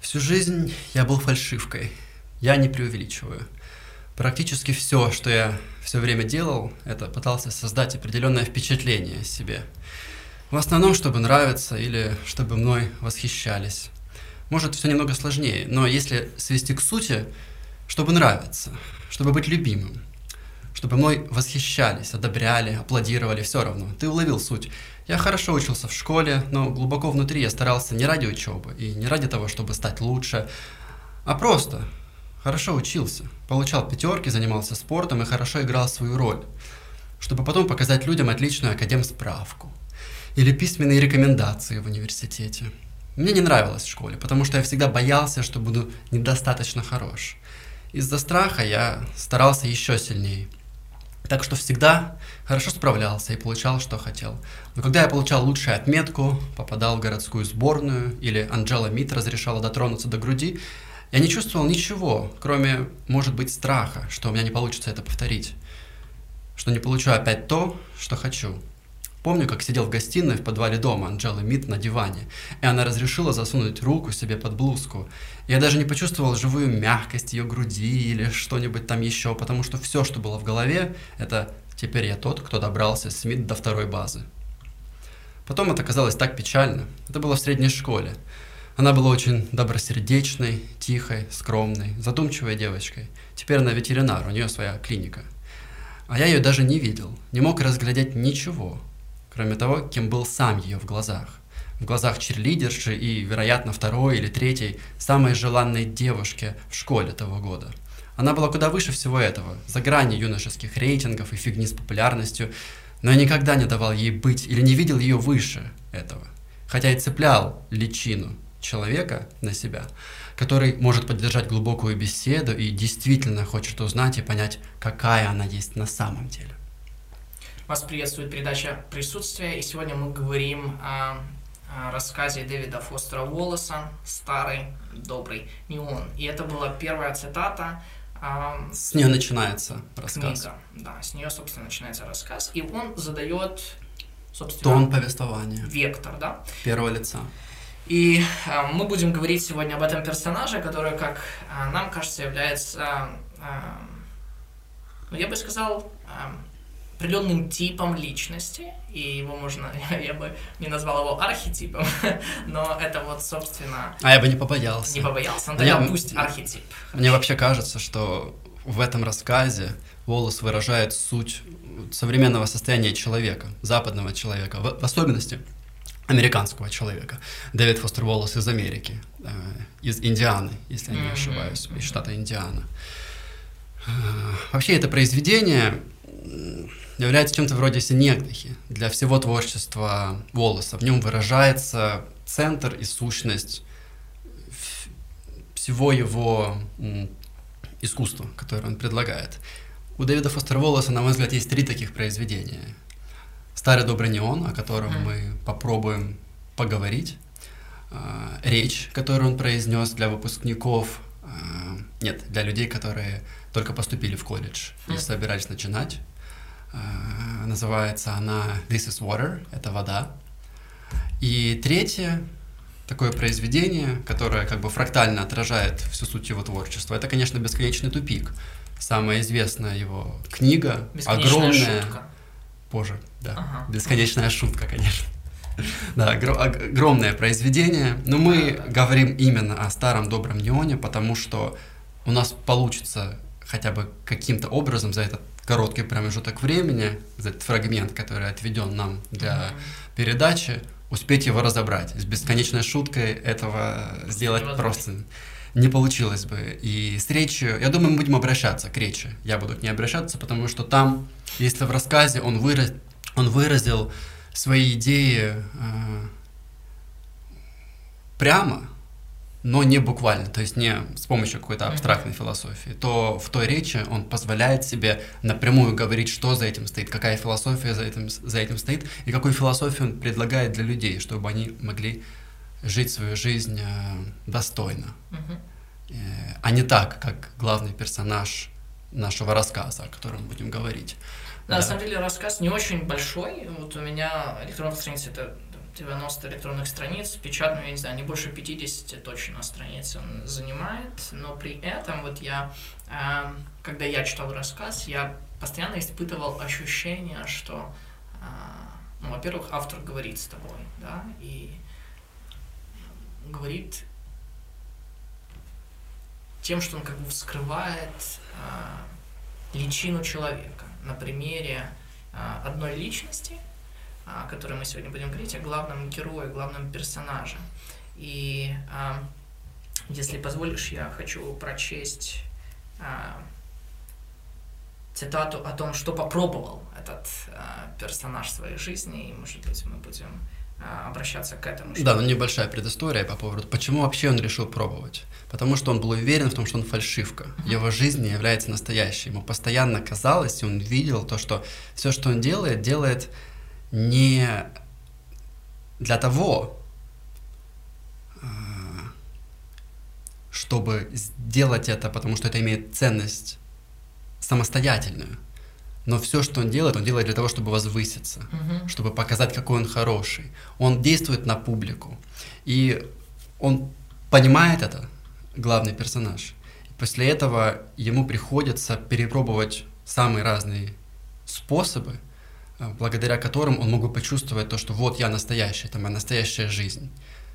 Всю жизнь я был фальшивкой. Я не преувеличиваю. Практически все, что я все время делал, это пытался создать определенное впечатление о себе. В основном, чтобы нравиться или чтобы мной восхищались. Может, все немного сложнее, но если свести к сути, чтобы нравиться, чтобы быть любимым, чтобы мной восхищались, одобряли, аплодировали, все равно. Ты уловил суть. Я хорошо учился в школе, но глубоко внутри я старался не ради учебы и не ради того, чтобы стать лучше, а просто хорошо учился, получал пятерки, занимался спортом и хорошо играл свою роль, чтобы потом показать людям отличную академсправку или письменные рекомендации в университете. Мне не нравилось в школе, потому что я всегда боялся, что буду недостаточно хорош. Из-за страха я старался еще сильнее. Так что всегда хорошо справлялся и получал, что хотел. Но когда я получал лучшую отметку, попадал в городскую сборную, или Анджела Мит разрешала дотронуться до груди, я не чувствовал ничего, кроме, может быть, страха, что у меня не получится это повторить, что не получу опять то, что хочу. Помню, как сидел в гостиной в подвале дома Анджелы Мит на диване, и она разрешила засунуть руку себе под блузку. Я даже не почувствовал живую мягкость ее груди или что-нибудь там еще, потому что все, что было в голове, это «теперь я тот, кто добрался с Мит до второй базы». Потом это казалось так печально. Это было в средней школе. Она была очень добросердечной, тихой, скромной, задумчивой девочкой. Теперь она ветеринар, у нее своя клиника. А я ее даже не видел, не мог разглядеть ничего, кроме того, кем был сам ее в глазах черлидерши и, вероятно, второй или третьей, самой желанной девушки в школе того года. Она была куда выше всего этого, за гранью юношеских рейтингов и фигни с популярностью, но я никогда не давал ей быть или не видел ее выше этого, хотя и цеплял личину человека на себя, который может поддержать глубокую беседу и действительно хочет узнать и понять, какая она есть на самом деле. Вас приветствует передача «Присутствие», и сегодня мы говорим о рассказе Дэвида Фостера Уоллеса «Старый добрый неон». И это была первая цитата. С нее начинается рассказ. Книга, да, с нее, собственно, начинается рассказ. И он задает, собственно, тон повествования. Вектор, да? Первого лица. И мы будем говорить сегодня об этом персонаже, который, как нам кажется, является, я бы сказал, определенным типом личности, и его можно, я бы не назвал его архетипом, но это вот, собственно... А я бы не побоялся. Не побоялся, но тогда пусть архетип. Мне вообще кажется, что в этом рассказе Уоллес выражает суть современного состояния человека, западного человека, в особенности американского человека. Дэвид Фостер Уоллес из Америки, из Индианы, если я не ошибаюсь, из штата Индиана. Вообще это произведение является чем-то вроде синектохи для всего творчества Уоллеса. В нем выражается центр и сущность всего его искусства, которое он предлагает. У Дэвида Фостера Уоллеса, на мой взгляд, есть 3 таких произведения. «Старый добрый неон», о котором мы попробуем поговорить. Речь, которую он произнес для выпускников, нет, для людей, которые только поступили в колледж и собирались начинать. Называется она «This is water», это вода. И третье такое произведение, которое как бы фрактально отражает всю суть его творчества, это, конечно, «Бесконечный тупик». Самая известная его книга, огромная... Шутка. Позже, да. Бесконечная шутка, конечно. Да, огромное произведение. Но мы говорим именно о «Старом добром неоне», потому что у нас получится хотя бы каким-то образом за этот короткий промежуток времени, за этот фрагмент, который отведен нам для передачи, успеть его разобрать. С бесконечной шуткой этого сделать просто не получилось бы. И с речью, я думаю, мы будем обращаться к речи. Я буду к ней обращаться, потому что там, если в рассказе он выразил свои идеи прямо, но не буквально, то есть не с помощью какой-то абстрактной философии, то в той речи он позволяет себе напрямую говорить, что за этим стоит, какая философия за этим стоит, и какую философию он предлагает для людей, чтобы они могли жить свою жизнь достойно, а не так, как главный персонаж нашего рассказа, о котором будем говорить. Да, на самом деле рассказ не очень большой. Вот у меня электронная страница — это 90 электронных страниц, печатную, я не знаю, не больше 50 точно страниц он занимает, но при этом вот я, когда я читал рассказ, я постоянно испытывал ощущение, что, ну, во-первых, автор говорит с тобой, да, и говорит тем, что он как бы вскрывает личину человека на примере одной личности, о которой мы сегодня будем говорить, о главном герое, главном персонаже. И если позволишь, я хочу прочесть цитату о том, что попробовал этот персонаж в своей жизни, и, может быть, мы будем обращаться к этому. Да, но небольшая предыстория по поводу, почему вообще он решил пробовать. Потому что он был уверен в том, что он фальшивка. Его жизнь не является настоящей. Ему постоянно казалось, и он видел то, что все, что он делает, делает не для того, чтобы сделать это, потому что это имеет ценность самостоятельную. Но все, что он делает для того, чтобы возвыситься, чтобы показать, какой он хороший. Он действует на публику. И он понимает это, главный персонаж. И после этого ему приходится перепробовать самые разные способы, благодаря которым он мог бы почувствовать то, что вот я настоящий, это моя настоящая жизнь.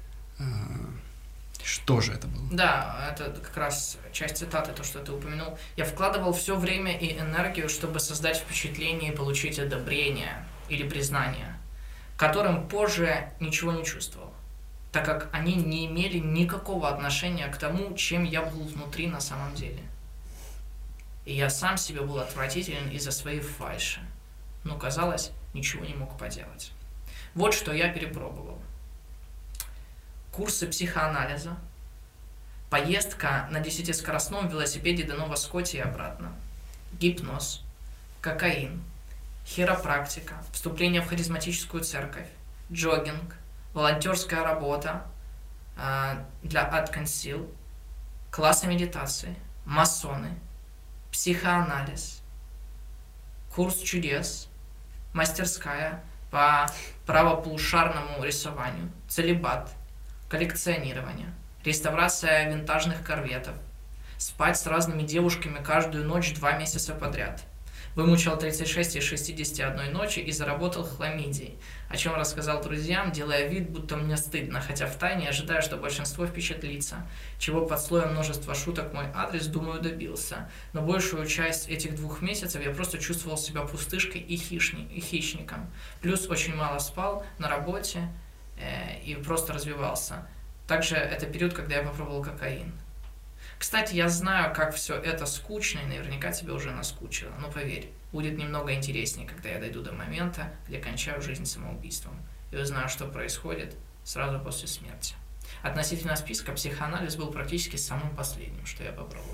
Что же это было? Да, это как раз часть цитаты, то, что ты упомянул. «Я вкладывал все время и энергию, чтобы создать впечатление и получить одобрение или признание, которым позже ничего не чувствовал, так как они не имели никакого отношения к тому, чем я был внутри на самом деле. И я сам себе был отвратителен из-за своей фальши, но, казалось, ничего не мог поделать. Вот что я перепробовал. Курсы психоанализа, поездка на 10-скоростном велосипеде до Нова-Скотии и обратно, гипноз, кокаин, хиропрактика, вступление в харизматическую церковь, джогинг, волонтерская работа для Атконсил, классы медитации, масоны, психоанализ, курс чудес, мастерская по правополушарному рисованию, целибат, коллекционирование, реставрация винтажных корветов, спать с разными девушками каждую ночь 2 месяца подряд. Вымучил 36 из 61 ночи и заработал хламидией, о чем рассказал друзьям, делая вид, будто мне стыдно, хотя втайне ожидая, что большинство впечатлится, чего под слоем множества шуток мой адрес, думаю, добился. Но большую часть этих 2 месяцев я просто чувствовал себя пустышкой и хищником. Плюс очень мало спал на работе и просто развивался. Также это период, когда я попробовал кокаин. Кстати, я знаю, как все это скучно, и наверняка тебе уже наскучило. Но поверь, будет немного интереснее, когда я дойду до момента, где кончаю жизнь самоубийством. И узнаю, что происходит сразу после смерти. Относительно списка, психоанализ был практически самым последним, что я попробовал.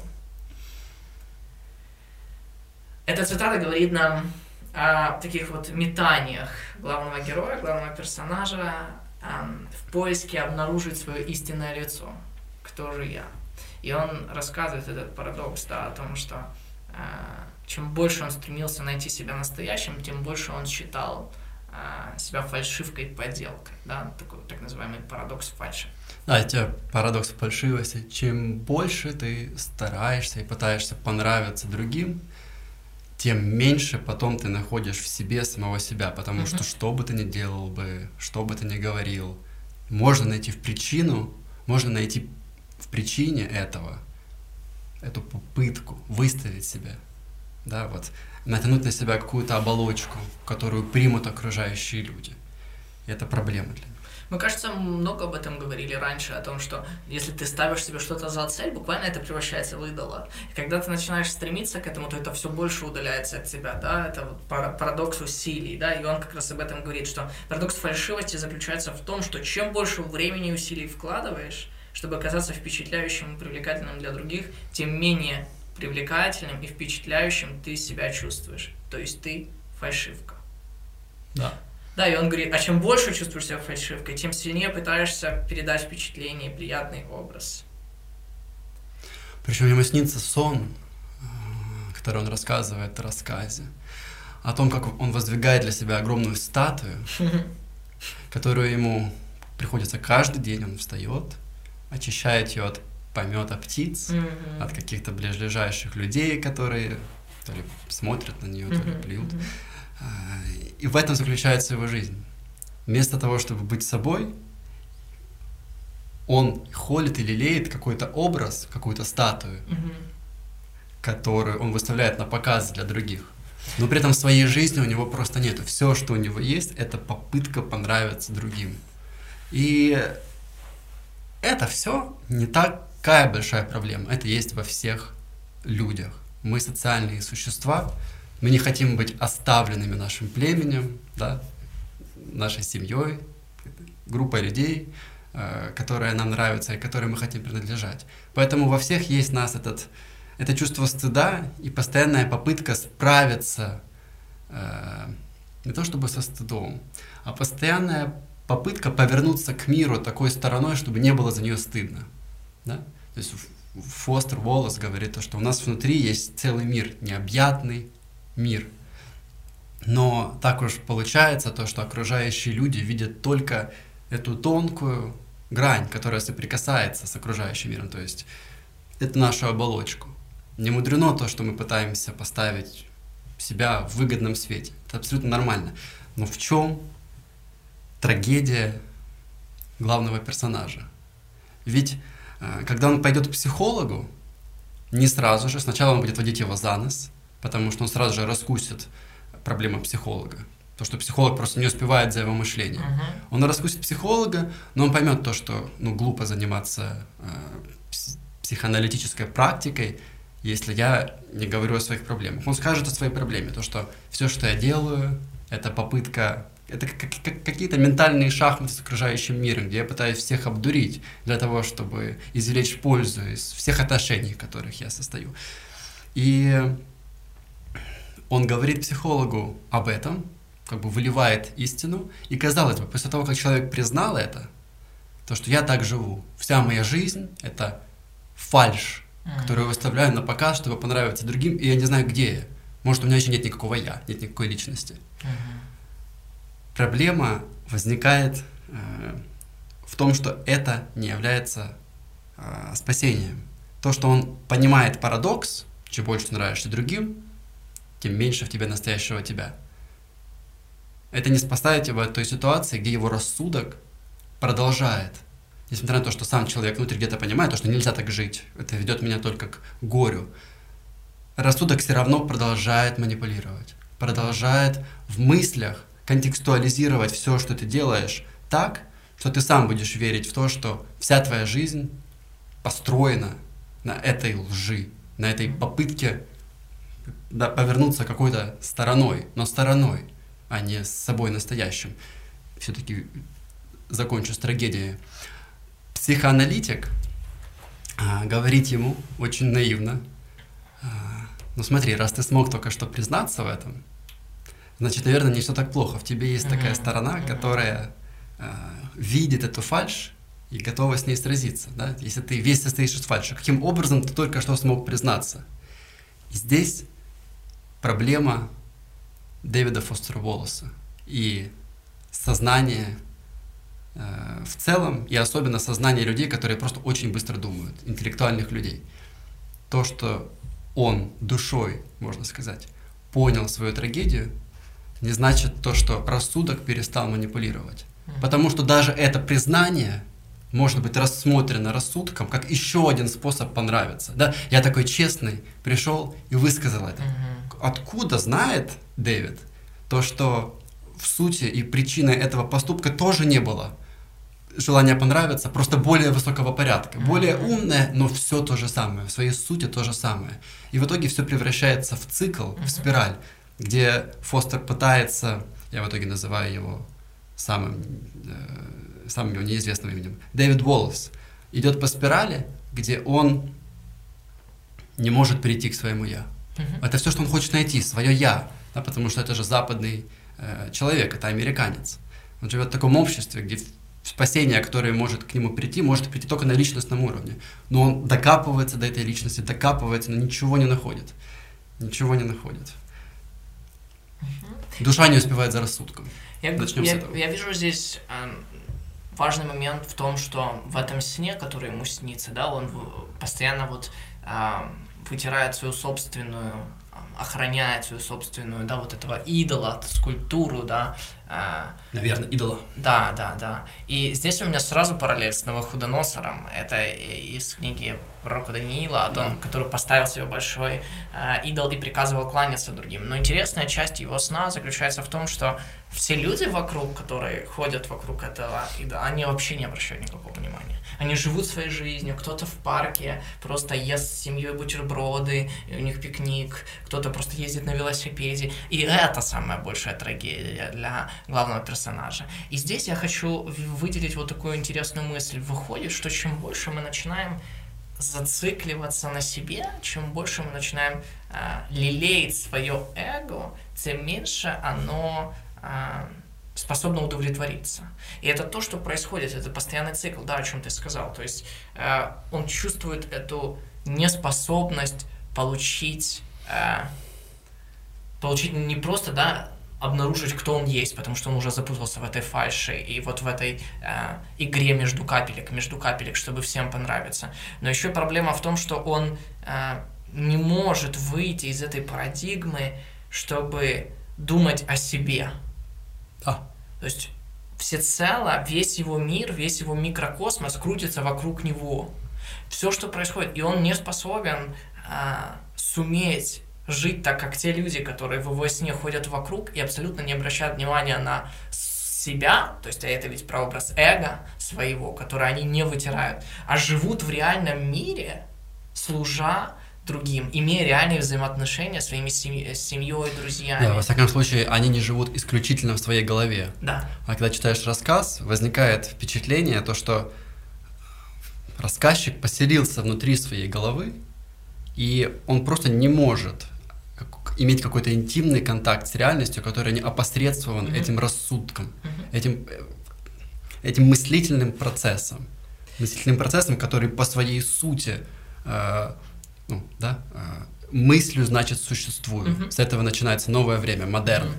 Эта цитата говорит нам о таких вот метаниях главного героя, главного персонажа в поиске обнаружить свое истинное лицо. Кто же я? И он рассказывает этот парадокс, да, о том, что чем больше он стремился найти себя настоящим, тем больше он считал себя фальшивкой, подделкой, да, такой так называемый парадокс фальши. Да, это парадокс фальшивости. Чем больше ты стараешься и пытаешься понравиться другим, тем меньше потом ты находишь в себе самого себя, потому что бы ты ни делал бы, что бы ты ни говорил, можно найти в причине этого, эту попытку выставить себя, да, вот, натянуть на себя какую-то оболочку, которую примут окружающие люди. И это проблема для них. Мы, кажется, много об этом говорили раньше, о том, что если ты ставишь себе что-то за цель, буквально это превращается в идола. И когда ты начинаешь стремиться к этому, то это все больше удаляется от тебя, да, это вот парадокс усилий, да, и он как раз об этом говорит, что парадокс фальшивости заключается в том, что чем больше времени и усилий вкладываешь, чтобы оказаться впечатляющим и привлекательным для других, тем менее привлекательным и впечатляющим ты себя чувствуешь. То есть ты фальшивка. Да. Да, и он говорит, а чем больше чувствуешь себя фальшивкой, тем сильнее пытаешься передать впечатление и приятный образ. Причем ему снится сон, который он рассказывает в рассказе, о том, как он воздвигает для себя огромную статую, которую ему приходится каждый день. Он встает, очищает ее от помета птиц, от каких-то ближайших людей, которые то ли смотрят на нее, то ли плюют. И в этом заключается его жизнь. Вместо того, чтобы быть собой, он холит и лелеет какой-то образ, какую-то статую, которую он выставляет на показ для других. Но при этом в своей жизни у него просто нету. Все, что у него есть, это попытка понравиться другим. И это все не такая большая проблема. Это есть во всех людях. Мы социальные существа. Мы не хотим быть оставленными нашим племенем, да, нашей семьей, группой людей, которая нам нравится и которой мы хотим принадлежать. Поэтому во всех есть в нас это чувство стыда и постоянная попытка справиться не то чтобы со стыдом, а постоянная попытка повернуться к миру такой стороной, чтобы не было за нее стыдно. Да? То есть Фостер Уоллес говорит, то, что у нас внутри есть целый мир, необъятный мир. Но так уж получается то, что окружающие люди видят только эту тонкую грань, которая соприкасается с окружающим миром, то есть это нашу оболочку. Не мудрено то, что мы пытаемся поставить себя в выгодном свете. Это абсолютно нормально. Но в чем трагедия главного персонажа? Ведь когда он пойдет к психологу, не сразу же, сначала он будет водить его за нос, потому что он сразу же раскусит проблему психолога. То, что психолог просто не успевает за его мышлением. Он раскусит психолога, но он поймет то, что глупо заниматься психоаналитической практикой, если я не говорю о своих проблемах. Он скажет о своей проблеме, то, что все, что я делаю, это попытка, это какие-то ментальные шахматы с окружающим миром, где я пытаюсь всех обдурить для того, чтобы извлечь пользу из всех отношений, в которых я состою. И он говорит психологу об этом, как бы выливает истину, и казалось бы, после того, как человек признал это, то, что я так живу, вся моя жизнь — это фальшь, которую я выставляю на показ, чтобы понравиться другим, и я не знаю, где я. Может, у меня еще нет никакого я, нет никакой личности. Проблема возникает в том, что это не является спасением. То, что он понимает парадокс, чем больше ты нравишься другим, тем меньше в тебе настоящего тебя. Это не спасает его от той ситуации, где его рассудок продолжает. Несмотря на то, что сам человек внутри где-то понимает, то, что нельзя так жить, это ведет меня только к горю. Рассудок все равно продолжает манипулировать, продолжает в мыслях контекстуализировать все, что ты делаешь, так, что ты сам будешь верить в то, что вся твоя жизнь построена на этой лжи, на этой попытке повернуться какой-то стороной, но стороной, а не с собой настоящим. Все-таки закончу с трагедией. Психоаналитик говорит ему очень наивно: ну смотри, раз ты смог только что признаться в этом, значит, наверное, не все так плохо. В тебе есть такая сторона, которая видит эту фальшь и готова с ней сразиться. Да? Если ты весь состоишь из фальши, каким образом ты только что смог признаться? И здесь проблема Дэвида Фостера Уоллеса и сознание в целом, и особенно сознание людей, которые просто очень быстро думают, интеллектуальных людей. То, что он душой, можно сказать, понял свою трагедию, не значит то, что рассудок перестал манипулировать. Потому что даже это признание может быть рассмотрено рассудком как еще один способ понравиться. Да? Я такой честный, пришел и высказал это. Откуда знает Дэвид то, что в сути и причиной этого поступка тоже не было желания понравиться, просто более высокого порядка, более умное, но все то же самое, в своей сути то же самое. И в итоге все превращается в цикл, в спираль, где Фостер пытается, я в итоге называю его самым его неизвестным именем, Дэвид Уоллес, идет по спирали, где он не может прийти к своему «я». Это все, что он хочет найти, свое «я», да, потому что это же западный человек, это американец. Он живет в таком обществе, где спасение, которое может к нему прийти, может прийти только на личностном уровне. Но он докапывается до этой личности, докапывается, но ничего не находит. Ничего не находит. Душа не успевает за рассудком. Начнем с этого. Я вижу здесь важный момент в том, что в этом сне, который ему снится, да, он постоянно вот вытирает свою собственную, охраняет свою собственную, да, вот этого идола, скульптуру, да. Наверное, идола. Да. И здесь у меня сразу параллель с Навуходоносором. Это из книги пророка Даниила, о том, который поставил себе большой идол и приказывал кланяться другим. Но интересная часть его сна заключается в том, что все люди вокруг, которые ходят вокруг этого идола, они вообще не обращают никакого внимания. Они живут своей жизнью, кто-то в парке просто ест с семьей бутерброды, и у них пикник, кто-то просто ездит на велосипеде. И это самая большая трагедия для главного персонажа. И здесь я хочу выделить вот такую интересную мысль. Выходит, что чем больше мы начинаем зацикливаться на себе, чем больше мы начинаем лелеять свое эго, тем меньше оно способно удовлетвориться. И это то, что происходит, это постоянный цикл, да, о чем ты сказал. То есть он чувствует эту неспособность получить не просто, да, обнаружить, кто он есть, потому что он уже запутался в этой фальши и вот в этой игре между капелек, чтобы всем понравиться. Но еще проблема в том, что он не может выйти из этой парадигмы, чтобы думать о себе. То есть всецело весь его мир, весь его микрокосмос крутится вокруг него. Все, что происходит, и он не способен суметь жить так, как те люди, которые в его сне ходят вокруг и абсолютно не обращают внимания на себя, то есть это ведь прообраз эго своего, который они не вытирают, а живут в реальном мире, служа другим, имея реальные взаимоотношения с своими семьей, друзьями. Да, во всяком случае, они не живут исключительно в своей голове. Да. А когда читаешь рассказ, возникает впечатление, то, что рассказчик поселился внутри своей головы, и он просто не может иметь какой-то интимный контакт с реальностью, который не опосредствован этим рассудком, этим мыслительным процессом, который по своей сути, мыслью, значит, существую. С этого начинается новое время, модерн.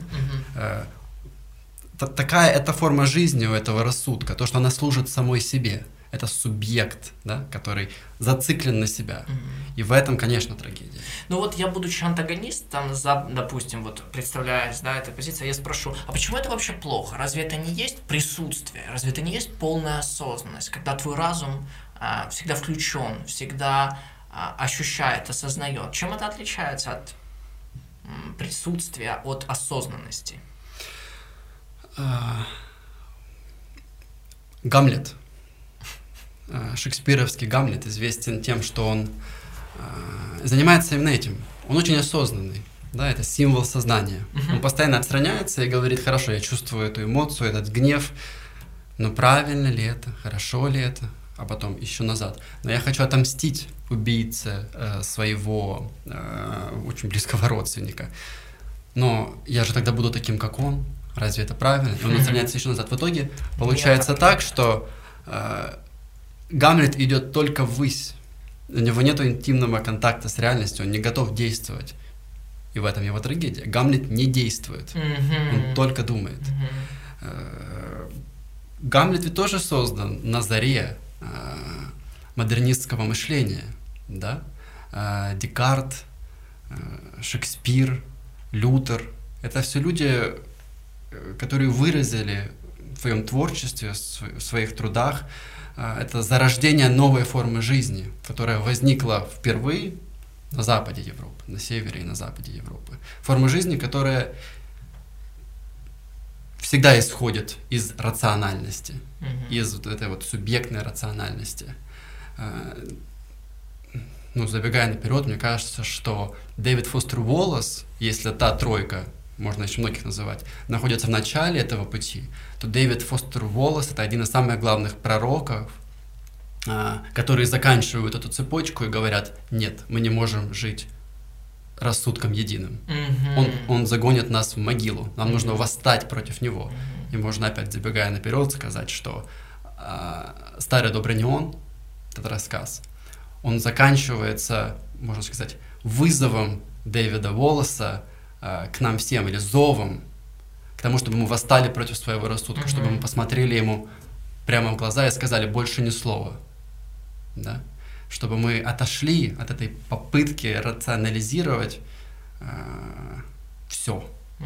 Такая это форма жизни у этого рассудка, то, что она служит самой себе. Это субъект, да, который зациклен на себя. И в этом, конечно, трагедия. Ну вот я, будучи антагонистом, допустим, вот представляясь, да, этой позицией, я спрошу, а почему это вообще плохо? Разве это не есть присутствие? Разве это не есть полная осознанность, когда твой разум всегда включен, всегда ощущает, осознает? Чем это отличается от присутствия, от осознанности? Гамлет. Шекспировский Гамлет известен тем, что он занимается именно этим. Он очень осознанный, да, это символ сознания. Он постоянно отстраняется и говорит: хорошо, я чувствую эту эмоцию, этот гнев, но правильно ли это, хорошо ли это, а потом еще назад. Но я хочу отомстить убийце своего очень близкого родственника. Но я же тогда буду таким, как он. Разве это правильно? И он отстраняется еще назад. В итоге получается так, что Гамлет идет только ввысь. У него нет интимного контакта с реальностью, он не готов действовать. И в этом его трагедия. Гамлет не действует, он только думает. Гамлет ведь тоже создан на заре модернистского мышления. Да? Декарт, Шекспир, Лютер. Это все люди, которые выразили в своем творчестве, в своих трудах это зарождение новой формы жизни, которая возникла впервые на западе Европы, на севере и на западе Европы. Форма жизни, которая всегда исходит из рациональности, из вот этой вот субъектной рациональности. Забегая наперед, мне кажется, что Дэвид Фостер Уоллес, если та тройка, можно еще многих называть, находится в начале этого пути, то Дэвид Фостер Уоллес — это один из самых главных пророков, которые заканчивают эту цепочку и говорят: нет, мы не можем жить рассудком единым. Он загонит нас в могилу, нам нужно восстать против него. И можно опять, забегая наперед, сказать, что «Старый добрый неон», этот рассказ, он заканчивается, можно сказать, вызовом Дэвида Уоллеса к нам всем, или зовом к тому, чтобы мы восстали против своего рассудка, чтобы мы посмотрели ему прямо в глаза и сказали больше ни слова. Да? Чтобы мы отошли от этой попытки рационализировать все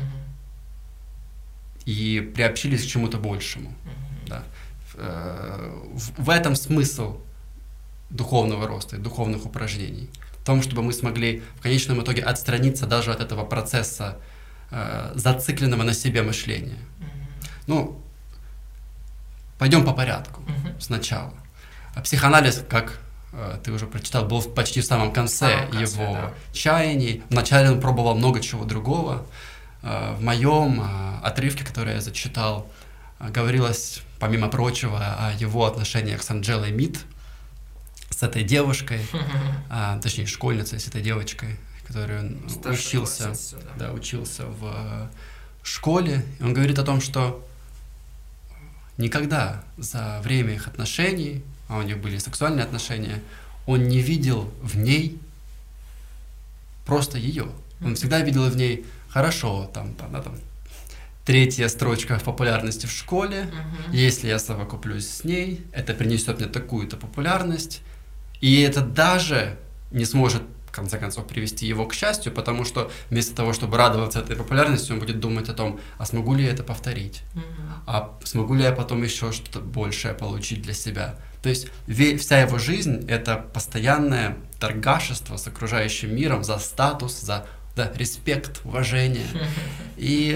и приобщились к чему-то большему. Да? В этом смысл духовного роста и духовных упражнений. В том, чтобы мы смогли в конечном итоге отстраниться даже от этого процесса зацикленного на себе мышления. Ну, пойдем по порядку сначала. Психоанализ, как ты уже прочитал, был почти в самом конце его чаяний. Вначале он пробовал много чего другого. В моем отрывке, который я зачитал, говорилось, помимо прочего, о его отношениях с Анджелой Мид, с этой девушкой, точнее, школьницей, с этой девочкой, которой он учился в школе. И он говорит о том, что никогда за время их отношений, а у них были сексуальные отношения, он не видел в ней просто ее. Он всегда видел в ней хорошо, там, третья строчка в популярности в школе. Если я совокуплюсь с ней, это принесет мне такую-то популярность. И это даже не сможет, в конце концов, привести его к счастью, потому что вместо того, чтобы радоваться этой популярности, он будет думать о том, а смогу ли я это повторить, а смогу ли я потом еще что-то большее получить для себя. То есть вся его жизнь — это постоянное торгашество с окружающим миром за статус, за респект, уважение. И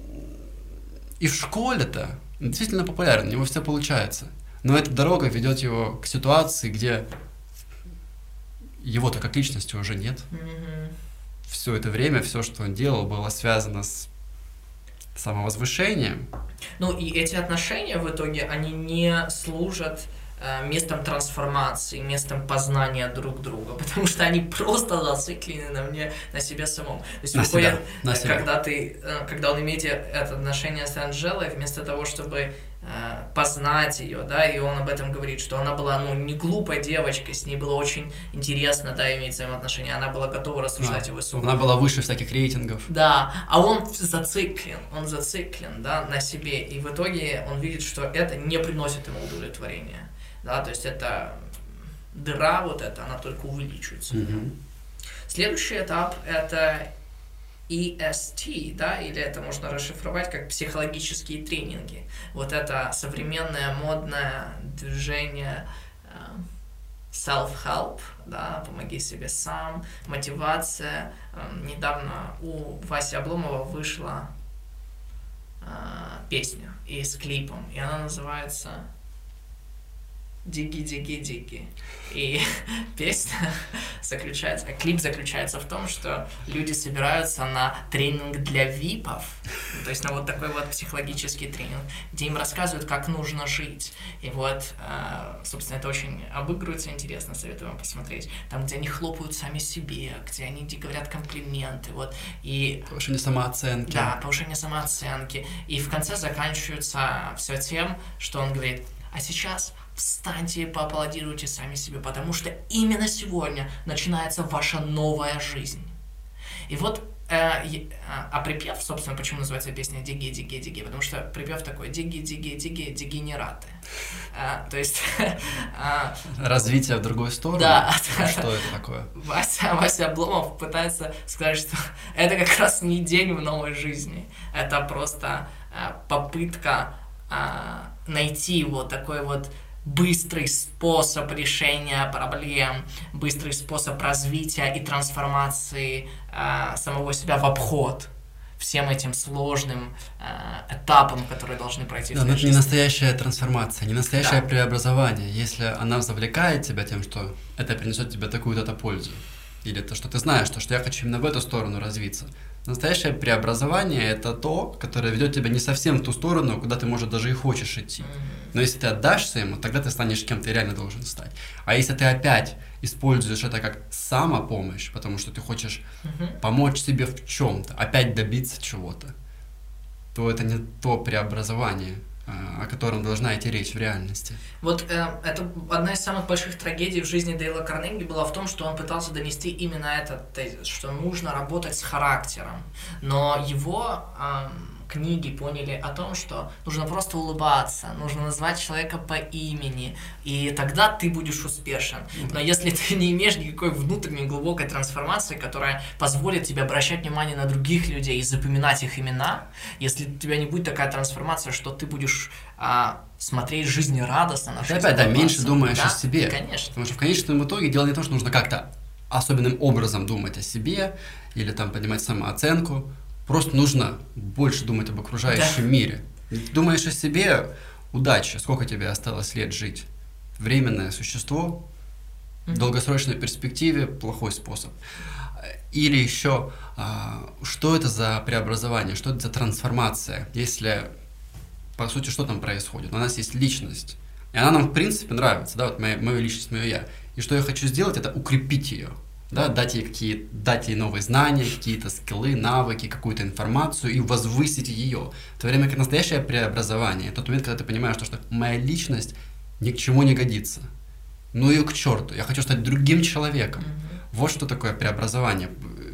в школе-то действительно популярен, у него все получается. Но эта дорога ведет его к ситуации, где его-то как личности уже нет. Все это время, все, что он делал, было связано с самовозвышением. Ну и эти отношения в итоге, они не служат местом трансформации, местом познания друг друга, потому что они просто зациклены на себе самом. То есть выходит, когда он имеет это отношение с Анджелой, вместо того, чтобы познать ее, да, и он об этом говорит, что она была, не глупой девочкой, с ней было очень интересно, да, иметь взаимоотношения, она была готова рассуждать его судьбу. Она была выше всяких рейтингов. Да, а он зациклен, да, на себе, и в итоге он видит, что это не приносит ему удовлетворения, да, то есть это дыра вот эта, она только увеличивается. Следующий этап — это EST, да, или это можно расшифровать как психологические тренинги. Вот это современное модное движение self-help, да, помоги себе сам, мотивация. Недавно у Васи Обломова вышла песня и с клипом, и она называется «Диги-диги-диги». И клип заключается в том, что люди собираются на тренинг для випов, то есть на вот такой вот психологический тренинг, где им рассказывают, как нужно жить. И вот, собственно, это очень обыгрывается, интересно, советую вам посмотреть. Там, где они хлопают сами себе, где они говорят комплименты, вот. И повышение самооценки. Да, повышение самооценки. И в конце заканчивается все тем, что он говорит: а сейчас встаньте и поаплодируйте сами себе, потому что именно сегодня начинается ваша новая жизнь. И вот, а припев, собственно, почему называется песня «Диги, диги, диги», потому что припев такой: «Диги, диги, диги, дегенераты». То есть... Развитие в другую сторону? Да. Что это такое? Вася Обломов пытается сказать, что это как раз не день в новой жизни, это просто попытка найти вот такой вот быстрый способ решения проблем, быстрый способ развития и трансформации самого себя в обход всем этим сложным этапам, которые должны пройти в своей жизни. Это не настоящая трансформация, не настоящее преобразование, если она завлекает тебя тем, что это принесет тебе такую-то пользу, или то, что ты знаешь, что я хочу именно в эту сторону развиться. Настоящее преобразование — это то, которое ведет тебя не совсем в ту сторону, куда ты, может, даже и хочешь идти. Но если ты отдашься ему, тогда ты станешь кем ты реально должен стать. А если ты опять используешь это как самопомощь, потому что ты хочешь помочь себе в чем-то, опять добиться чего-то, то это не то преобразование, о котором должна идти речь в реальности. Вот это одна из самых больших трагедий в жизни Дейла Карнеги была в том, что он пытался донести именно этот тезис, что нужно работать с характером. Но его книги поняли о том, что нужно просто улыбаться, нужно назвать человека по имени, и тогда ты будешь успешен. Но если ты не имеешь никакой внутренней глубокой трансформации, которая позволит тебе обращать внимание на других людей и запоминать их имена, если у тебя не будет такая трансформация, что ты будешь смотреть жизнерадостно на жизнь. Ты опять, меньше думаешь о себе. Конечно. Потому что в конечном итоге дело не то, что нужно как-то особенным образом думать о себе или там поднимать самооценку. Просто нужно больше думать об окружающем мире. Думаешь о себе, удачи, сколько тебе осталось лет жить. Временное существо, в долгосрочной перспективе плохой способ. Или еще, что это за преобразование, что это за трансформация, если, по сути, что там происходит? У нас есть личность, и она нам, в принципе, нравится, да, вот моя личность, мое я. И что я хочу сделать, это укрепить ее. Да, дать ей новые знания, какие-то скиллы, навыки, какую-то информацию и возвысить ее. В то время как настоящее преобразование, тот момент, когда ты понимаешь, что моя личность ни к чему не годится. Ну ее к черту, я хочу стать другим человеком. Вот что такое преобразование.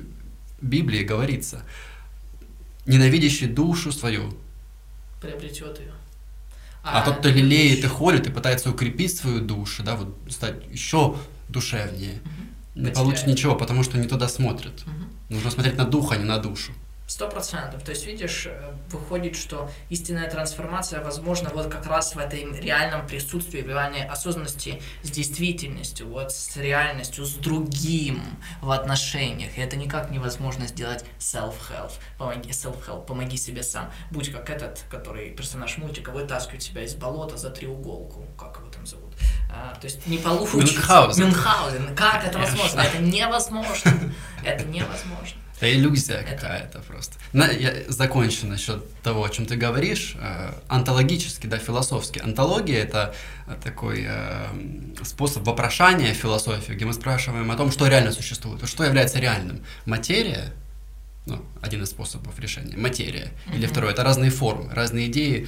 В Библии говорится: ненавидящий душу свою приобретет ее. А тот, кто лелеет и холит, и пытается укрепить свою душу, да, вот стать еще душевнее, не получит ничего, потому что не туда смотрят. Нужно смотреть на дух, а не на душу. 100%. То есть, видишь, выходит, что истинная трансформация возможна вот как раз в этом реальном присутствии, в реальной осознанности с действительностью, вот с реальностью, с другим в отношениях. И это никак невозможно сделать self-help. Помоги себе сам. Будь как этот, который персонаж мультика вытаскивает себя из болота за треуголку. Как его там зовут? То есть не получится. Мюнхгаузен. Как это возможно? Это невозможно. Это невозможно. Это иллюзия какая-то просто. Я закончу насчет того, о чем ты говоришь. Онтологически, да, философски. Онтология — это такой способ вопрошания философии, где мы спрашиваем о том, что реально существует, что является реальным. Материя, ну, один из способов решения, материя. Или второй — это разные формы, разные идеи,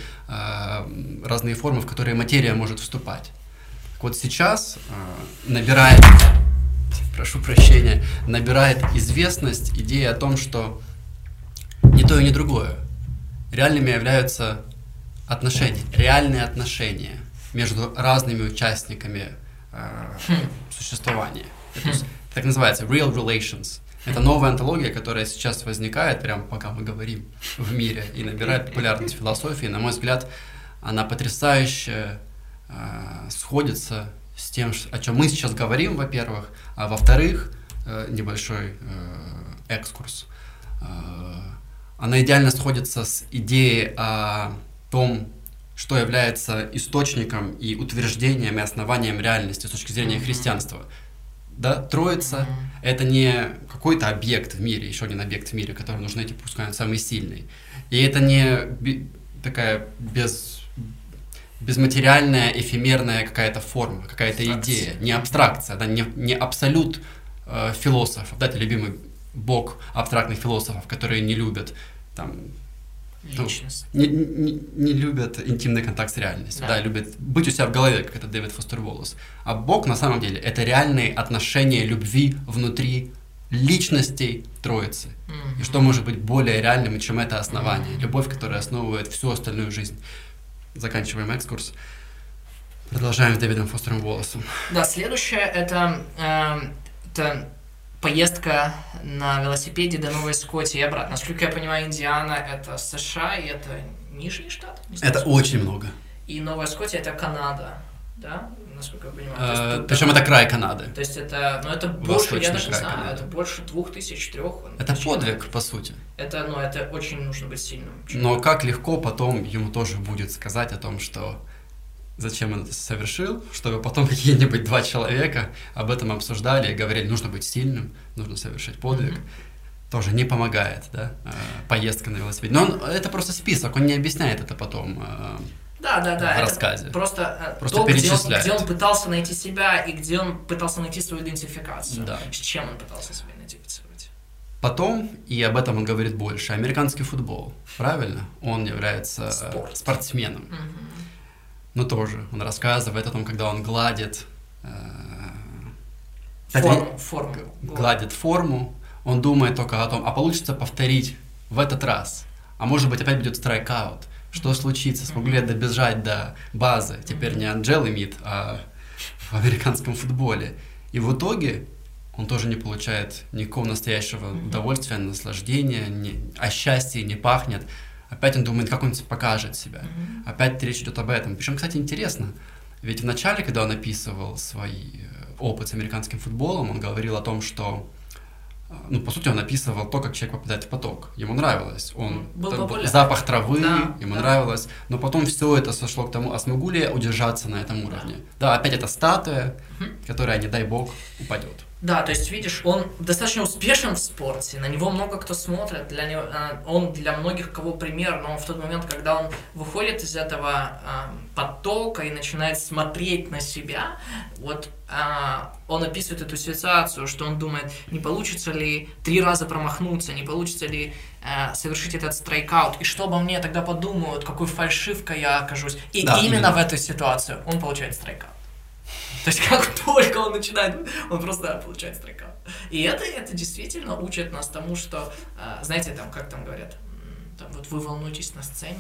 разные формы, в которые материя может вступать. Вот сейчас набирает известность идея о том, что ни то и ни другое. Реальными являются отношения, реальные отношения между разными участниками существования. Это так называется real relations. Это новая онтология, которая сейчас возникает, прямо пока мы говорим, в мире и набирает популярность в философии. На мой взгляд, она потрясающе сходится с тем, о чем мы сейчас говорим, во-первых, а во-вторых, небольшой экскурс. Она идеально сходится с идеей о том, что является источником и утверждением и основанием реальности с точки зрения христианства. Да, Троица — это не какой-то объект в мире, еще один объект в мире, который нужно найти, пускай он самый сильный. И это не такая безматериальная, эфемерная какая-то форма, какая-то идея, не абстракция, да, не абсолют философов, да, это любимый бог абстрактных философов, которые не любят там, личность. Не любят интимный контакт с реальностью, да, любят быть у себя в голове, как это Дэвид Фостер Уоллес. А Бог на самом деле это реальные отношения любви внутри личностей Троицы. И что может быть более реальным, чем это основание? Любовь, которая основывает всю остальную жизнь. Заканчиваем экскурс. Продолжаем с Дэвидом Фостером Уоллесом. Да, следующее это поездка на велосипеде до Новой Скотии и обратно. Насколько я понимаю, Индиана — это США, и это нижний штат? Это очень много. И Новая Скотия — это Канада, да? Насколько я понимаю. Причем это край Канады. То есть это больше, я даже не знаю, Канады. Это больше 2000-3000. Это подвиг, по сути. Это очень нужно быть сильным. Но как легко потом ему тоже будет сказать о том, что зачем он это совершил, чтобы потом какие-нибудь два человека об этом обсуждали и говорили, нужно быть сильным, нужно совершить подвиг. Тоже не помогает, да, поездка на велосипеде. Но это просто список, он не объясняет это потом в рассказе. Это просто то, перечисляет. где он пытался найти себя и где он пытался найти свою идентификацию. Да. С чем он пытался себя идентифицировать. Потом, и об этом он говорит больше, американский футбол, правильно? Он является спортсменом. Но тоже он рассказывает о том, когда он гладит форму. Гладит форму, он думает только о том, а получится повторить в этот раз. А может быть, опять будет страйкаут. Что случится? Смогу ли я добежать до базы? Теперь не Анджелы Мид, а в американском футболе. И в итоге он тоже не получает никакого настоящего удовольствия, наслаждения, о счастье не пахнет. Опять он думает, как он покажет себя. Опять речь идет об этом. Причем, кстати, интересно, ведь в начале, когда он описывал свой опыт с американским футболом, он говорил о том, что, ну, по сути, он описывал то, как человек попадает в поток. Ему нравилось. Запах травы, ему нравилось. Но потом все это сошло к тому, а смогу ли я удержаться на этом уровне? Да, опять это статуя, которая, не дай бог, упадет. Да, то есть, видишь, он достаточно успешен в спорте, на него много кто смотрит, он для многих кого пример, но в тот момент, когда он выходит из этого потока и начинает смотреть на себя, вот он описывает эту ситуацию, что он думает, не получится ли 3 раза промахнуться, не получится ли совершить этот страйкаут, и что обо мне тогда подумают, какой фальшивкой я окажусь. И да, именно в эту ситуацию он получает страйкаут. То есть как только он начинает, он просто получает страйкаут. И это действительно учит нас тому, что, знаете, там, как там говорят, там, вот вы волнуетесь на сцене,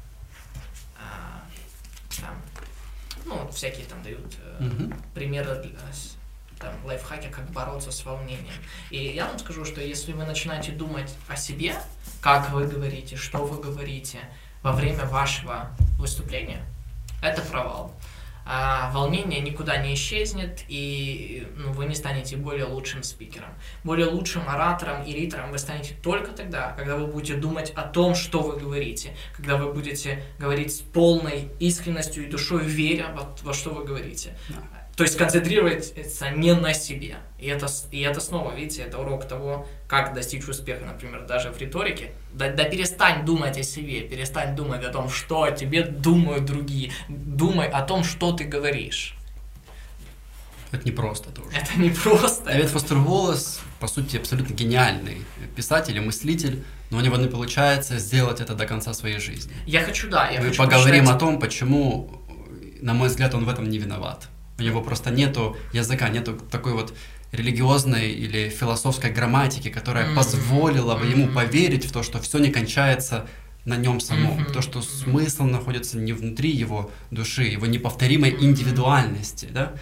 там, ну, всякие там дают примеры, там, лайфхаки, как бороться с волнением. И я вам скажу, что если вы начинаете думать о себе, как вы говорите, что вы говорите во время вашего выступления, это провал. Волнение никуда не исчезнет, и вы не станете более лучшим спикером. Более лучшим оратором и ритором вы станете только тогда, когда вы будете думать о том, что вы говорите, когда вы будете говорить с полной искренностью и душой, веря во что вы говорите. Да. То есть концентрироваться не на себе. И это снова, видите, это урок того, как достичь успеха, например, даже в риторике. Да перестань думать о себе, перестань думать о том, что о тебе думают другие. Думай о том, что ты говоришь. Это непросто тоже. Это непросто. Дэвид Фостер Уоллес, по сути, абсолютно гениальный писатель и мыслитель, но у него не получается сделать это до конца своей жизни. Мы поговорим о том, почему, на мой взгляд, он в этом не виноват. У него просто нету языка, нету такой вот религиозной или философской грамматики, которая позволила бы ему поверить в то, что все не кончается на нем самом. То, что смысл находится не внутри его души, его неповторимой индивидуальности. Да?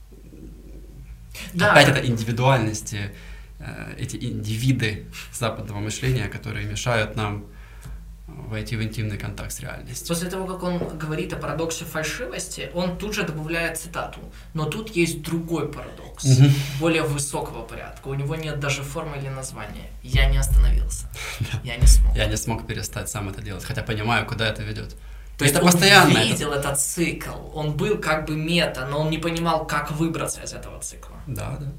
Да. Опять это индивидуальности, эти индивиды западного мышления, которые мешают нам войти в интимный контакт с реальностью. После того, как он говорит о парадоксе фальшивости, он тут же добавляет цитату. Но тут есть другой парадокс, более высокого порядка. У него нет даже формы или названия. Я не остановился. Я не смог. Я не смог перестать сам это делать, хотя понимаю, куда это ведет. То есть он видел этот цикл, он был как бы мета, но он не понимал, как выбраться из этого цикла. Да, да.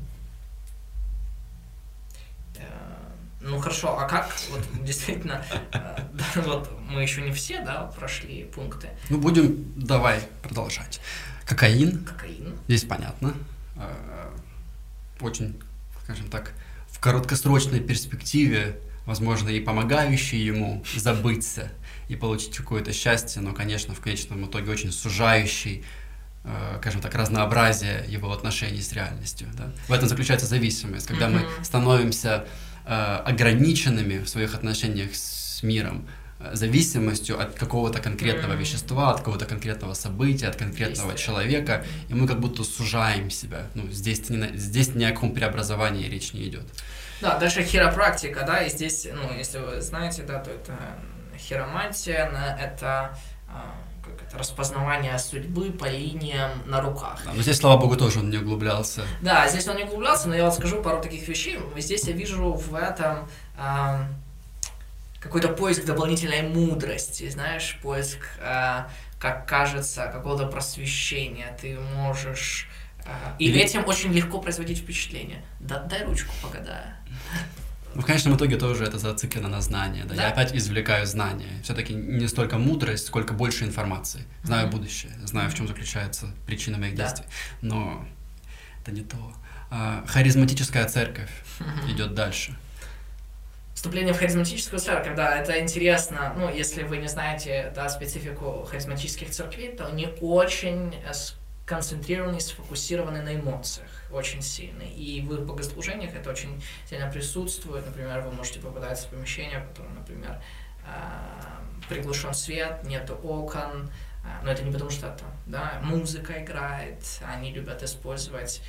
Ну хорошо, а как, вот действительно, вот мы еще не все, да, прошли пункты. Ну давай продолжать. Кокаин. Здесь понятно. Очень, скажем так, в короткосрочной перспективе, возможно, и помогающий ему забыться и получить какое-то счастье, но, конечно, в конечном итоге очень сужающий, скажем так, разнообразие его отношений с реальностью. Да? В этом заключается зависимость, когда мы становимся ограниченными в своих отношениях с миром, зависимостью от какого-то конкретного вещества, от какого-то конкретного события, от конкретного человека, и мы как будто сужаем себя. Ну, здесь ни о каком преобразовании речь не идет. Да, дальше хиропрактика, да, и здесь, ну, если вы знаете, да, то это хиромантия, это распознавание судьбы по линиям на руках. Да, но здесь, слава богу, тоже он не углублялся. Да, здесь он не углублялся, но я вот скажу пару таких вещей. Здесь я вижу в этом какой-то поиск дополнительной мудрости, знаешь, поиск, как кажется, какого-то просвещения. Ты можешь... И этим очень легко производить впечатление. Дай ручку, погадаю. Ну, в конечном итоге тоже это зациклено на знания. Да? Я опять извлекаю знания. Все-таки не столько мудрость, сколько больше информации. Знаю будущее, знаю, в чем заключается причина моих действий. Но это не то. Харизматическая церковь идет дальше. Вступление в харизматическую церковь, да, это интересно. Ну, если вы не знаете, да, специфику харизматических церквей, то они очень концентрированы, сфокусированы на эмоциях, очень сильно. И в их богослужениях это очень сильно присутствует. Например, вы можете попадать в помещение, в котором, например, приглушен свет, нету окон, но это не потому что там, да, музыка играет, они любят использовать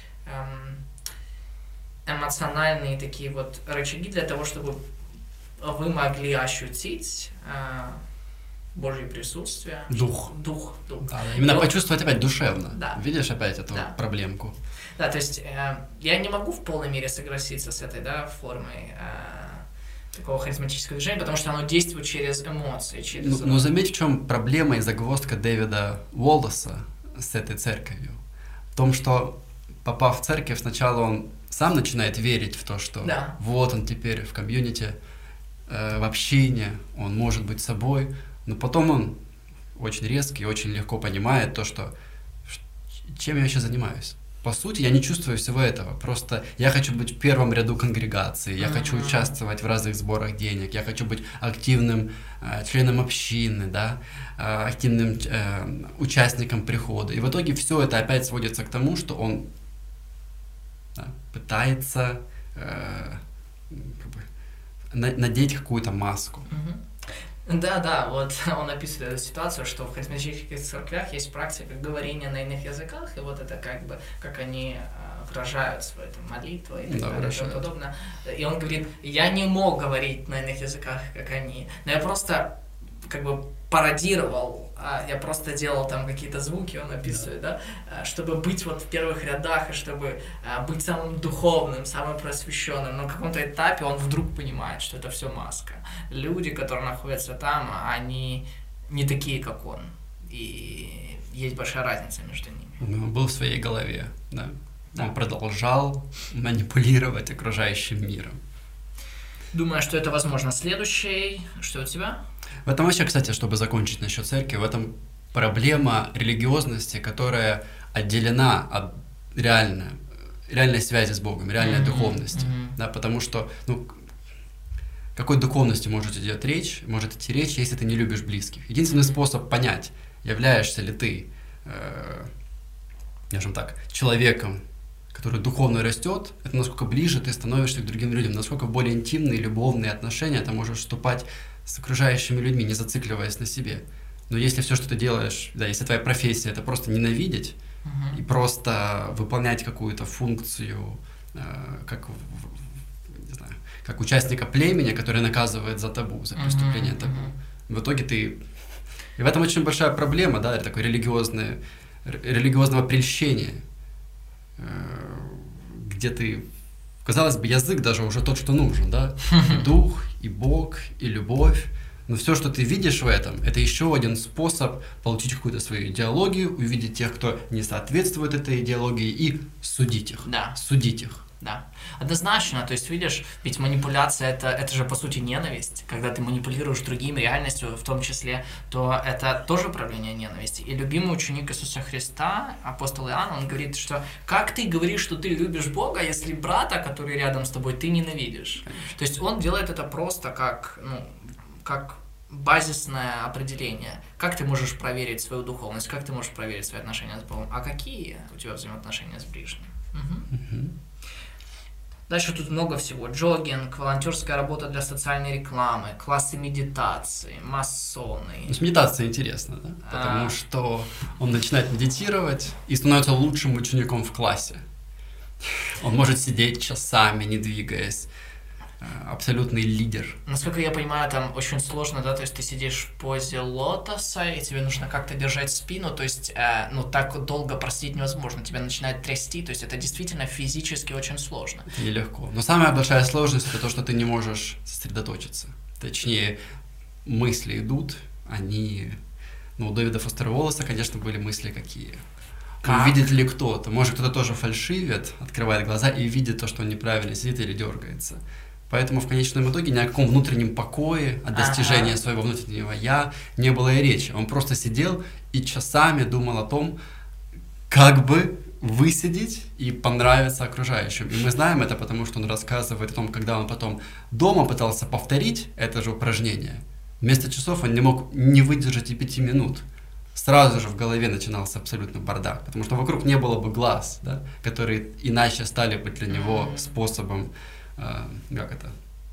эмоциональные такие вот рычаги для того, чтобы вы могли ощутить Божье присутствие. Дух. Дух. Да, именно почувствовать опять душевно. Да. Видишь опять эту проблемку? Да, то есть я не могу в полной мере согласиться с этой, да, формой такого харизматического движения, потому что оно действует через эмоции, через... Но заметь, в чем проблема и загвоздка Дэвида Уоллеса с этой церковью. В том, что, попав в церковь, сначала он сам начинает верить в то, что вот он теперь в комьюнити, в общине, он может быть собой, но потом он очень резко и очень легко понимает то, что чем я вообще занимаюсь. По сути, я не чувствую всего этого. Просто я хочу быть в первом ряду конгрегации, я хочу участвовать в разных сборах денег, я хочу быть активным членом общины, да, активным участником прихода. И в итоге все это опять сводится к тому, что он пытается надеть какую-то маску. Да, вот он описывает эту ситуацию, что в харизматических церквях есть практика говорения на иных языках, и вот это как бы, как они выражают свою молитву и так далее и тому подобное. И он говорит, я не мог говорить на иных языках, как они, но я просто как бы пародировал, я просто делал там какие-то звуки, он описывает, да, чтобы быть вот в первых рядах и чтобы быть самым духовным, самым просвещенным. Но на каком-то этапе он вдруг понимает, что это все маска. Люди, которые находятся там, они не такие, как он. И есть большая разница между ними. Он был в своей голове, да. Он продолжал манипулировать окружающим миром. Думаю, что это, возможно, следующий. Что у тебя? В этом вообще, кстати, чтобы закончить насчет церкви, в этом проблема религиозности, которая отделена от реальной связи с Богом, реальной духовности. Да, потому что, какой духовности может идти речь, если ты не любишь близких. Единственный способ понять, являешься ли ты, скажем так, человеком, который духовно растет, это насколько ближе ты становишься к другим людям, насколько более интимные, любовные отношения ты можешь вступать с окружающими людьми, не зацикливаясь на себе. Но если все, что ты делаешь, да, если твоя профессия это просто ненавидеть и просто выполнять какую-то функцию, как участника племени, который наказывает за табу, за преступление табу, в итоге ты... И в этом очень большая проблема, да, такое религиозного прельщения, где ты, казалось бы, язык даже уже тот, что нужен, да, и дух, и Бог, и любовь, но все, что ты видишь в этом, это еще один способ получить какую-то свою идеологию, увидеть тех, кто не соответствует этой идеологии, и судить их. Да. Судить их. Да, однозначно, то есть, видишь, ведь манипуляция это же, по сути, ненависть, когда ты манипулируешь другим, реальностью в том числе, то это тоже проявление ненависти. И любимый ученик Иисуса Христа, апостол Иоанн, он говорит, что как ты говоришь, что ты любишь Бога, если брата, который рядом с тобой, ты ненавидишь? Конечно. То есть он делает это просто как базисное определение. Как ты можешь проверить свою духовность, как ты можешь проверить свои отношения с Богом, а какие у тебя взаимоотношения с ближним? Дальше тут много всего. Джогинг, волонтерская работа для социальной рекламы, классы медитации, масоны. С медитацией интересно, да? Потому что он начинает медитировать и становится лучшим учеником в классе. Он может сидеть часами, не двигаясь. Абсолютный лидер. Насколько я понимаю, там очень сложно, да, то есть ты сидишь в позе лотоса, и тебе нужно как-то держать спину, то есть, так долго просидеть невозможно, тебя начинает трясти, то есть это действительно физически очень сложно. Это нелегко. Но самая большая сложность — это то, что ты не можешь сосредоточиться. Точнее, мысли идут, они... у Дэвида Фостера Уоллеса, конечно, были мысли какие. Увидит ли кто-то? Может, кто-то тоже фальшивит, открывает глаза и видит то, что он неправильно сидит или дергается. Поэтому в конечном итоге ни о каком внутреннем покое, о достижении своего внутреннего «я» не было и речи. Он просто сидел и часами думал о том, как бы высидеть и понравиться окружающим. И мы знаем это, потому что он рассказывает о том, когда он потом дома пытался повторить это же упражнение. Вместо часов он не мог не выдержать и 5 минут. Сразу же в голове начинался абсолютно бардак, потому что вокруг не было бы глаз, да, которые иначе стали бы для него способом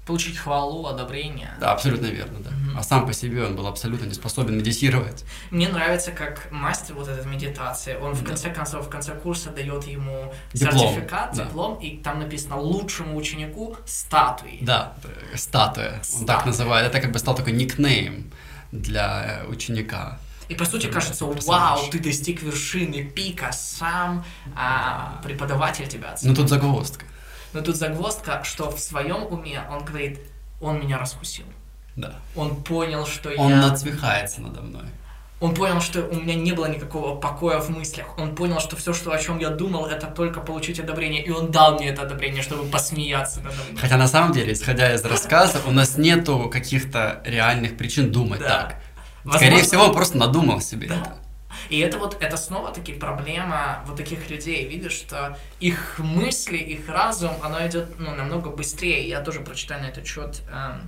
получить хвалу, одобрение. Да, абсолютно верно, да. А сам по себе он был абсолютно не способен медитировать. Мне нравится, как мастер вот этой медитации, он в конце концов, в конце курса дает ему сертификат, диплом, и там написано «лучшему ученику статуи». Да, статуя, он так называет. Это как бы стал такой никнейм для ученика. И по сути кажется, вау, ты достиг вершины, пика, сам преподаватель тебя оценил. Но тут загвоздка. Но тут загвоздка, что в своем уме он говорит, он меня раскусил. Да. Он понял, что он надсмехается надо мной. Он понял, что у меня не было никакого покоя в мыслях. Он понял, что все, о чем я думал, это только получить одобрение. И он дал мне это одобрение, чтобы посмеяться надо мной. Хотя на самом деле, исходя из рассказа, у нас нету каких-то реальных причин думать так. Скорее всего, он просто надумал себе это. И это снова-таки проблема вот таких людей. Видишь, что их мысли, их разум, оно идет намного быстрее. Я тоже прочитаю на этот счет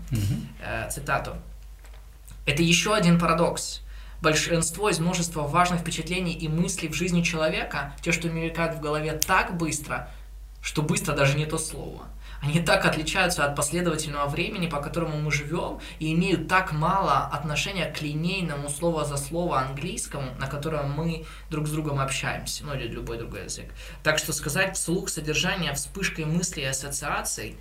цитату. Это еще один парадокс. Большинство из множества важных впечатлений и мыслей в жизни человека, те, что мелькают в голове так быстро, что быстро даже не то слово. Они так отличаются от последовательного времени, по которому мы живем, и имеют так мало отношения к линейному слово за слово английскому, на котором мы друг с другом общаемся, или любой другой язык. Так что сказать вслух содержание вспышкой мыслей и ассоциаций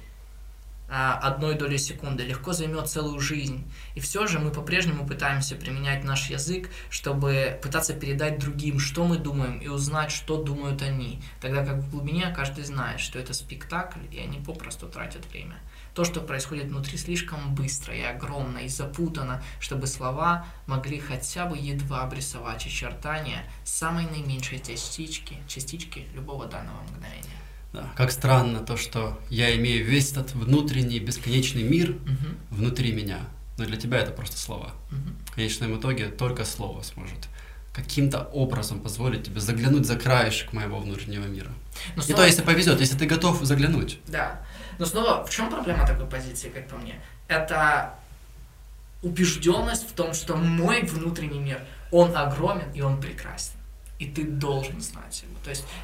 одной доли секунды легко займет целую жизнь. И все же мы по-прежнему пытаемся применять наш язык, чтобы пытаться передать другим, что мы думаем, и узнать, что думают они. Тогда как в глубине каждый знает, что это спектакль, и они попросту тратят время. То, что происходит внутри, слишком быстро и огромно, и запутано, чтобы слова могли хотя бы едва обрисовать очертания самой наименьшей частички любого данного мгновения. Да, как странно то, что я имею весь этот внутренний бесконечный мир внутри меня, но для тебя это просто слова. В конечном итоге только слово сможет каким-то образом позволить тебе заглянуть за краешек моего внутреннего мира. И то, если повезет, если ты готов заглянуть. Да, но снова, в чем проблема такой позиции, как по мне? Это убежденность в том, что мой внутренний мир, он огромен и он прекрасен. И ты должен знать его.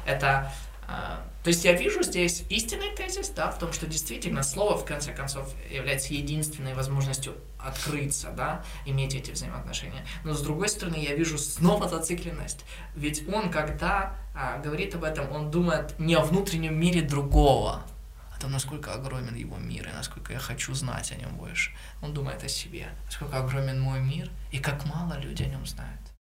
То есть я вижу здесь истинный тезис, в том, что действительно слово, в конце концов, является единственной возможностью открыться, иметь эти взаимоотношения. Но с другой стороны, я вижу снова зацикленность. Ведь он, когда говорит об этом, он думает не о внутреннем мире другого, о том, насколько огромен его мир, и насколько я хочу знать о нем больше. Он думает о себе, насколько огромен мой мир, и как мало люди о нем знают.